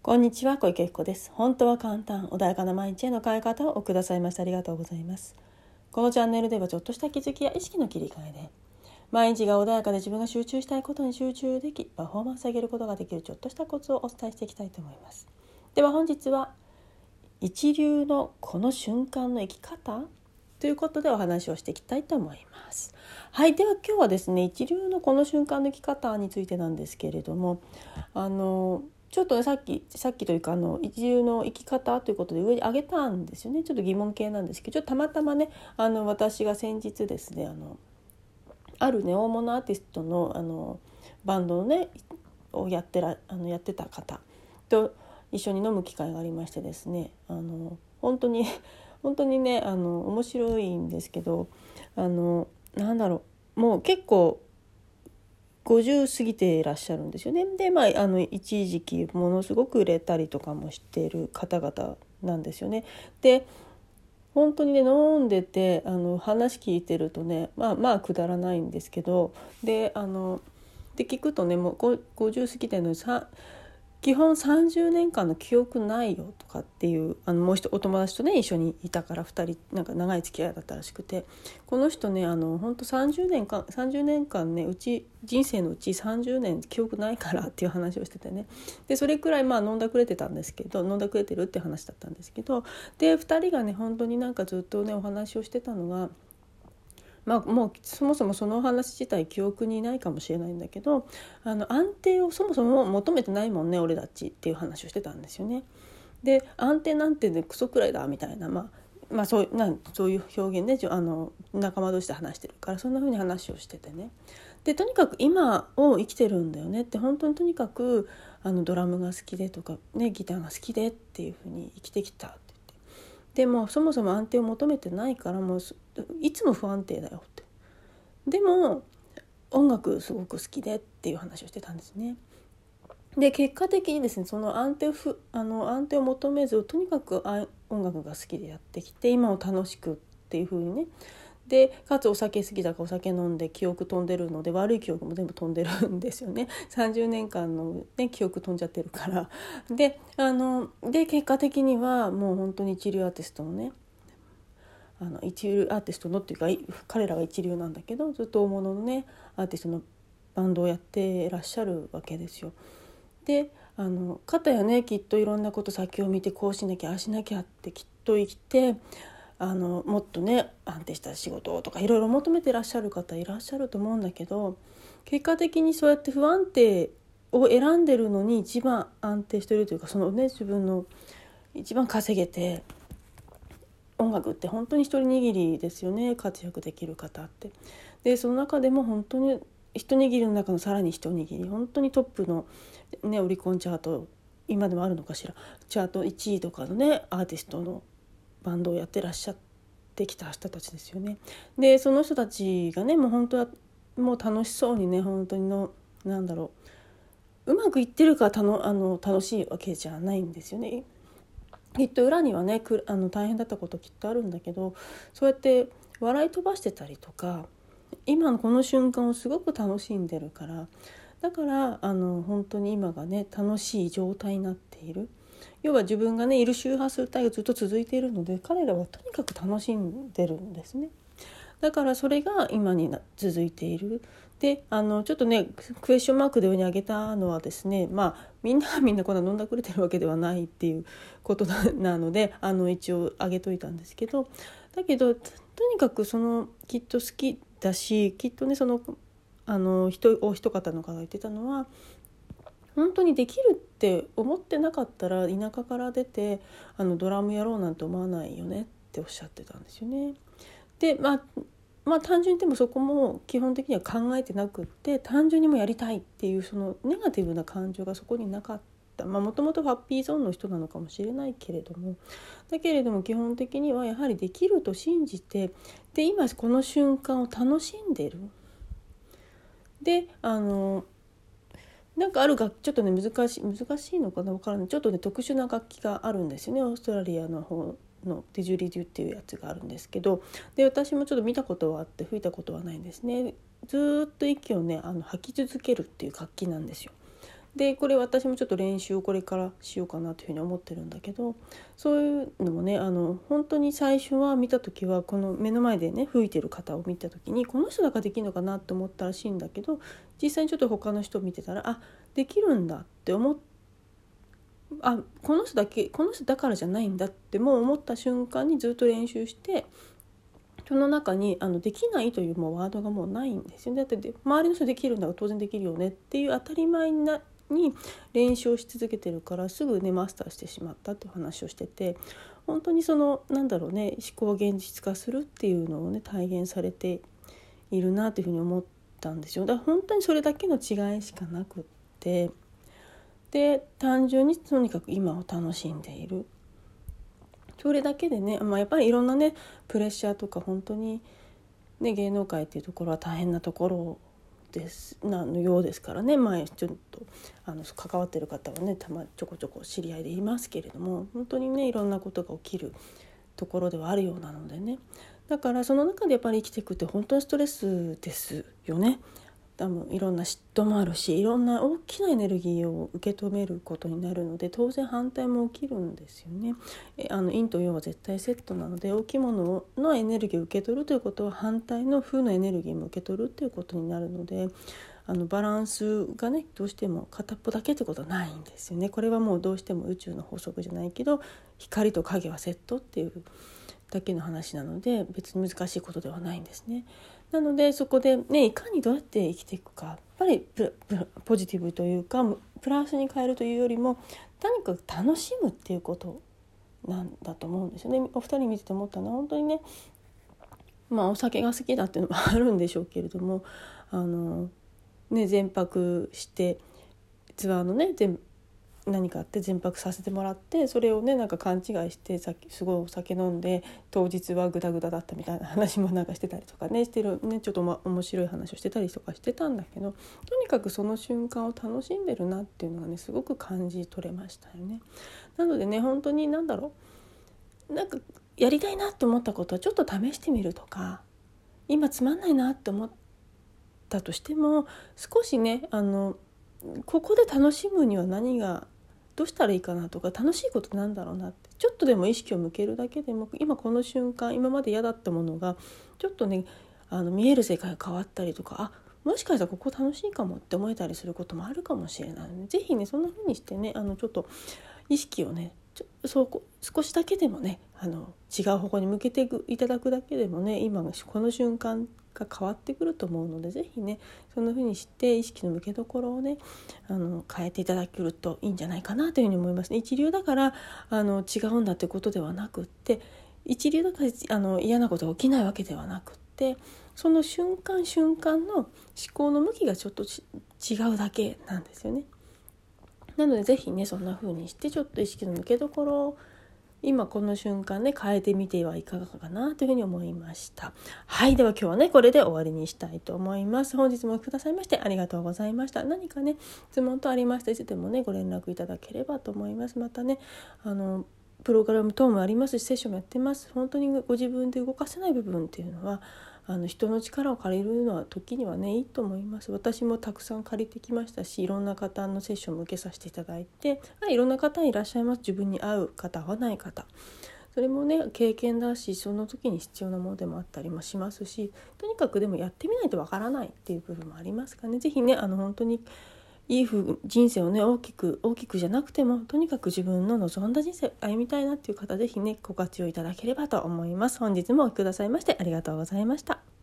こんにちは、小池彦です。本当は簡単、穏やかな毎日への変え方をくださいましてありがとうございます。このチャンネルではちょっとした気づきや意識の切り替えで毎日が穏やかで自分が集中したいことに集中でき、パフォーマンスを上げることができるちょっとしたコツをお伝えしていきたいと思います。では本日は一流のこの瞬間の生き方ということでお話をしていきたいと思います。はい、では今日はですね、一流のこの瞬間の生き方についてなんですけれども、ちょっとね、さっきというか一流の生き方ということで上に上げたんですよね。ちょっと疑問系なんですけど、たまたまね私が先日ですねあるね大物アーティストのバンドのねをやってた方と一緒に飲む機会がありましてですね、本当にね面白いんですけど、なんだろう、もう結構50過ぎていらっしゃるんですよね。で一時期ものすごく売れたりとかもしている方々なんですよね。で本当にね飲んでて話聞いてるとねまあくだらないんですけど、で聞くとねもう50過ぎてるのに基本30年間の記憶ないよとかっていうもう一お友達とね一緒にいたから2人なんか長い付き合いだったらしくて、この人ね本当30年間ね人生のうち30年記憶ないからっていう話をしててね、でそれくらい飲んだくれてたんですけど、飲んだくれてるって話だったんですけど、で2人がね本当になんかずっとねお話をしてたのが、もうそもそもそのお話自体記憶にないかもしれないんだけど、安定をそもそも求めてないもんね俺たちっていう話をしてたんですよね。で安定なんてねクソくらいだみたいな、そういう表現で仲間同士で話してるからそんな風に話をしててね、でとにかく今を生きてるんだよねって、本当にとにかくドラムが好きでとかねギターが好きでっていう風に生きてきたって言って、でもそもそも安定を求めてないからもういつも不安定だよって、でも音楽すごく好きでっていう話をしてたんですね。で結果的にですねその安定を求めずとにかく音楽が好きでやってきて今を楽しくっていう風にね、でかつお酒好きだからお酒飲んで記憶飛んでるので悪い記憶も全部飛んでるんですよね。30年間の、ね、記憶飛んじゃってるからで結果的にはもう本当に一流アーティストのね一流アーティストのっていうか彼らは一流なんだけどずっと大物のねアーティストのバンドをやってらっしゃるわけですよ。で方やねきっといろんなこと先を見てこうしなきゃああしなきゃってきっと生きてもっとね安定した仕事とかいろいろ求めてらっしゃる方いらっしゃると思うんだけど、結果的にそうやって不安定を選んでるのに一番安定してるというか、そのね自分の一番稼げて音楽って本当に一人握りですよね、活躍できる方って。でその中でも本当に一握りの中のさらに一握り、本当にトップの、ね、オリコンチャート今でもあるのかしら、チャート1位とかのねアーティストのバンドをやってらっしゃってきた人たちですよね。でその人たちがねもう本当はもう楽しそうにね本当にうまくいってるから楽しいわけじゃないんですよね。きっと裏にはね大変だったこときっとあるんだけど、そうやって笑い飛ばしてたりとか今のこの瞬間をすごく楽しんでるから、だから本当に今がね楽しい状態になっている。要は自分がねいる周波数帯がずっと続いているので彼らはとにかく楽しんでるんですね。だからそれが今に続いている。でちょっとねクエスチョンマークで上に挙げたのはですね、みんながみんなこんな飲んだくれてるわけではないっていうことなので一応挙げといたんですけど、だけどとにかくきっと好きだし、きっとね一方の方が言ってたのは、本当にできるって思ってなかったら田舎から出てドラムやろうなんて思わないよねっておっしゃってたんですよね。で単純にでもそこも基本的には考えてなくって、単純にもやりたいっていうそのネガティブな感情がそこになかった。もともとハッピーゾーンの人なのかもしれないけれども、だけれども基本的にはやはりできると信じて、で今この瞬間を楽しんでる。でなんかちょっとね難しいのかな分からない、ちょっとね特殊な楽器があるんですよね。オーストラリアの方のディジュリデュっていうやつがあるんですけど、で私もちょっと見たことはあって吹いたことはないんですね。ずっと息をね吐き続けるっていう楽器なんですよ。 でこれ私もちょっと練習をこれからしようかなというふうに思ってるんだけど、そういうのもね本当に最初は見た時はこの目の前でね吹いてる方を見た時にこの人だからできるのかなと思ったらしいんだけど、実際にちょっと他の人を見てたらできるんだってこの人だからじゃないんだってもう思った瞬間にずっと練習して、その中にできないというもうワードがもうないんですよね。だって周りの人できるんだから当然できるよねっていう当たり前に練習をし続けてるからすぐねマスターしてしまったっていう話をしてて、本当に思考を現実化するっていうのをね体現されているなというふうに思ったんですよ。だから本当にそれだけの違いしかなくって、で単純にとにかく今を楽しんでいる、それだけでね、やっぱりいろんなねプレッシャーとか本当にね芸能界っていうところは大変なところのようですからね、ちょっと関わってる方はねちょこちょこ知り合いでいますけれども、本当にねいろんなことが起きるところではあるようなのでね、だからその中でやっぱり生きていくって本当にストレスですよね。多分いろんな嫉妬もあるし、いろんな大きなエネルギーを受け止めることになるので、当然反対も起きるんですよね。陰と陽は絶対セットなので、大きいもののエネルギーを受け取るということは反対の負のエネルギーも受け取るということになるので、バランスがねどうしても片っぽだけってことはないんですよね。これはもうどうしても宇宙の法則じゃないけど、光と影はセットっていうだけの話なので、別に難しいことではないんですね。なのでそこでねいかにどうやって生きていくか、やっぱりポジティブというかプラスに変えるというよりも、とにかく楽しむっていうことなんだと思うんですよね。お二人見てて思ったのは本当にね、お酒が好きだっていうのもあるんでしょうけれども、全泊してツアーのね何かあって全泊させてもらって、それをね勘違いしてすごいお酒飲んで当日はグダグダだったみたいな話もしてたりとかねしてるね、ちょっと面白い話をしてたりとかしてたんだけど、とにかくその瞬間を楽しんでるなっていうのがねすごく感じ取れましたよね。なのでね本当にやりたいなと思ったことはちょっと試してみるとか、今つまんないなって思ったとしても少しねここで楽しむには何がどうしたらいいかなとか、楽しいことなんだろうなってちょっとでも意識を向けるだけでも、今この瞬間今まで嫌だったものがちょっとね見える世界が変わったりとか、もしかしたらここ楽しいかもって思えたりすることもあるかもしれないので、ぜひねそんな風にしてねちょっと意識をね少しだけでもね違う方向に向けていただくだけでもね、今この瞬間が変わってくると思うので、ぜひねそんな風にして意識の向けどころをね変えていただけるといいんじゃないかなというふうに思いますね。一流だから違うんだってことではなくって、一流だから嫌なことが起きないわけではなくって、その瞬間瞬間の思考の向きがちょっと違うだけなんですよね。なのでぜひねそんな風にしてちょっと意識の向けどころを今この瞬間ね変えてみてはいかがかなというふうに思いました。はい、では今日はねこれで終わりにしたいと思います。本日もくださいましてありがとうございました。何かね質問とありましたらいつでもねご連絡いただければと思います。またねプログラム等もありますし、セッションもやってます。本当にご自分で動かせない部分っていうのは人の力を借りるのは時にはねいいと思います。私もたくさん借りてきましたし、いろんな方のセッションも受けさせていただいて、いろんな方いらっしゃいます。自分に合う方合わない方、それもね経験だし、その時に必要なものでもあったりもしますし、とにかくでもやってみないとわからないっていう部分もありますからね、ぜひね本当にいい人生をね大きくじゃなくても、とにかく自分の望んだ人生を歩みたいなっていう方、ぜひねご活用いただければと思います。本日もお聞きくださいましてありがとうございました。